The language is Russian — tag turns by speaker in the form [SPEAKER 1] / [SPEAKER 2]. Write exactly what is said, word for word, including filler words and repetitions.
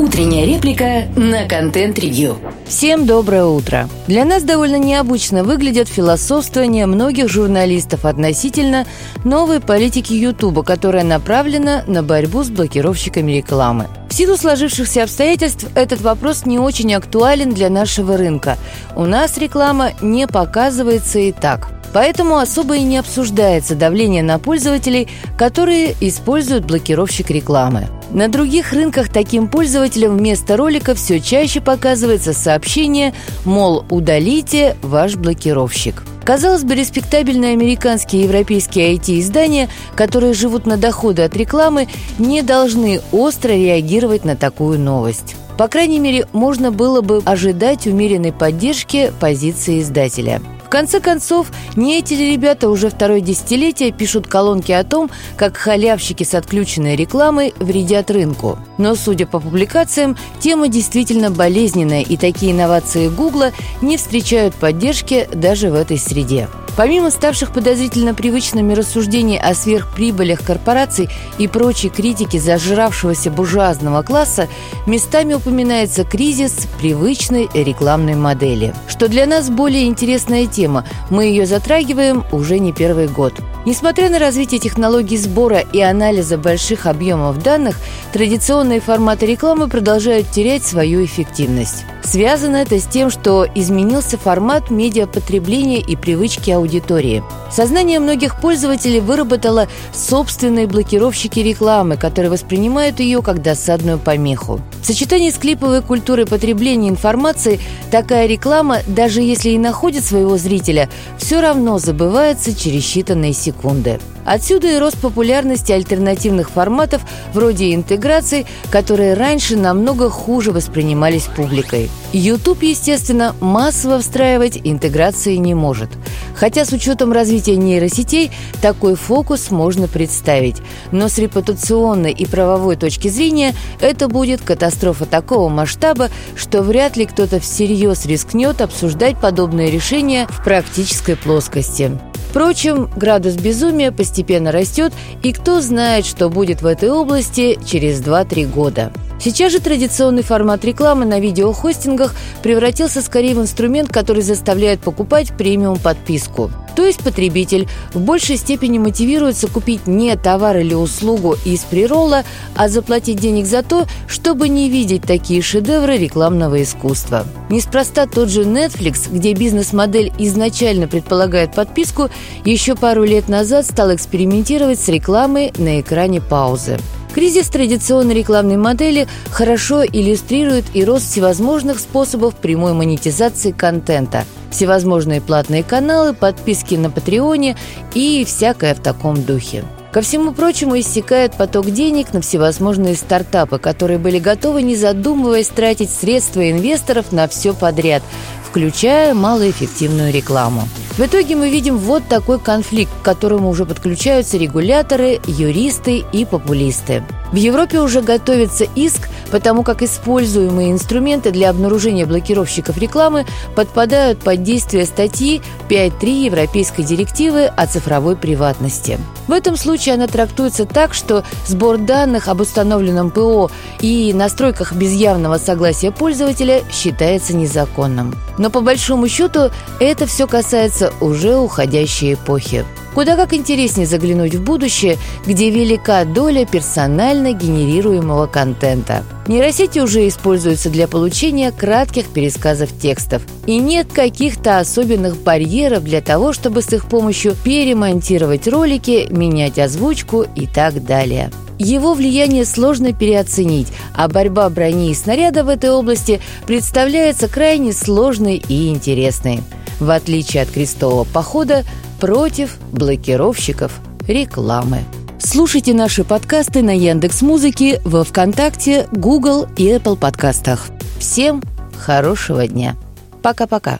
[SPEAKER 1] Утренняя реплика на контент-ревью.
[SPEAKER 2] Всем доброе утро. Для нас довольно необычно выглядят философствования многих журналистов относительно новой политики Ютуба, которая направлена на борьбу с блокировщиками рекламы. В силу сложившихся обстоятельств этот вопрос не очень актуален для нашего рынка. У нас реклама не показывается и так. Поэтому особо и не обсуждается давление на пользователей, которые используют блокировщик рекламы. На других рынках таким пользователям вместо ролика все чаще показывается сообщение, мол, удалите ваш блокировщик. Казалось бы, респектабельные американские и европейские ай ти-издания, которые живут на доходы от рекламы, не должны остро реагировать на такую новость. По крайней мере, можно было бы ожидать умеренной поддержки позиции издателя. В конце концов, не эти ли ребята уже второе десятилетие пишут колонки о том, как халявщики с отключенной рекламой вредят рынку. Но, судя по публикациям, тема действительно болезненная, и такие инновации Гугла не встречают поддержки даже в этой среде. Помимо ставших подозрительно привычными рассуждений о сверхприбылях корпораций и прочей критики зажравшегося буржуазного класса, местами упоминается кризис привычной рекламной модели. Что для нас более интересная тема, мы ее затрагиваем уже не первый год. Несмотря на развитие технологий сбора и анализа больших объемов данных, традиционные форматы рекламы продолжают терять свою эффективность. Связано это с тем, что изменился формат медиапотребления и привычки аудитории. Сознание многих пользователей выработало собственные блокировщики рекламы, которые воспринимают ее как досадную помеху. В сочетании с клиповой культурой потребления информации такая реклама, даже если и находит своего зрителя, все равно забывается через считанные секунды. Отсюда и рост популярности альтернативных форматов вроде интеграций, которые раньше намного хуже воспринимались публикой. YouTube, естественно, массово встраивать интеграции не может. Хотя с учетом развития нейросетей такой фокус можно представить. Но с репутационной и правовой точки зрения это будет катастрофа такого масштаба, что вряд ли кто-то всерьез рискнет обсуждать подобные решения в практической плоскости. Впрочем, градус безумия постепенно растет, и кто знает, что будет в этой области через два-три года. Сейчас же традиционный формат рекламы на видеохостингах превратился скорее в инструмент, который заставляет покупать премиум-подписку. То есть потребитель в большей степени мотивируется купить не товар или услугу из преролла, а заплатить денег за то, чтобы не видеть такие шедевры рекламного искусства. Неспроста тот же Netflix, где бизнес-модель изначально предполагает подписку, еще пару лет назад стал экспериментировать с рекламой на экране паузы. Кризис традиционной рекламной модели хорошо иллюстрирует и рост всевозможных способов прямой монетизации контента. Всевозможные платные каналы, подписки на Патреоне и всякое в таком духе. Ко всему прочему, иссякает поток денег на всевозможные стартапы, которые были готовы, не задумываясь, тратить средства инвесторов на все подряд, включая малоэффективную рекламу. В итоге мы видим вот такой конфликт, к которому уже подключаются регуляторы, юристы и популисты. В Европе уже готовится иск, потому как используемые инструменты для обнаружения блокировщиков рекламы подпадают под действие статьи пять точка три Европейской директивы о цифровой приватности. В этом случае она трактуется так, что сбор данных об установленном ПО и настройках без явного согласия пользователя считается незаконным. Но по большому счету это все касается уже уходящей эпохи. Куда как интереснее заглянуть в будущее, где велика доля персонально генерируемого контента. Нейросети уже используются для получения кратких пересказов текстов. И нет каких-то особенных барьеров для того, чтобы с их помощью перемонтировать ролики, менять озвучку и так далее. Его влияние сложно переоценить, а борьба брони и снаряда в этой области представляется крайне сложной и интересной. В отличие от крестового похода против блокировщиков рекламы. Слушайте наши подкасты на Яндекс.Музыке, во ВКонтакте, Google и Apple подкастах. Всем хорошего дня. Пока-пока.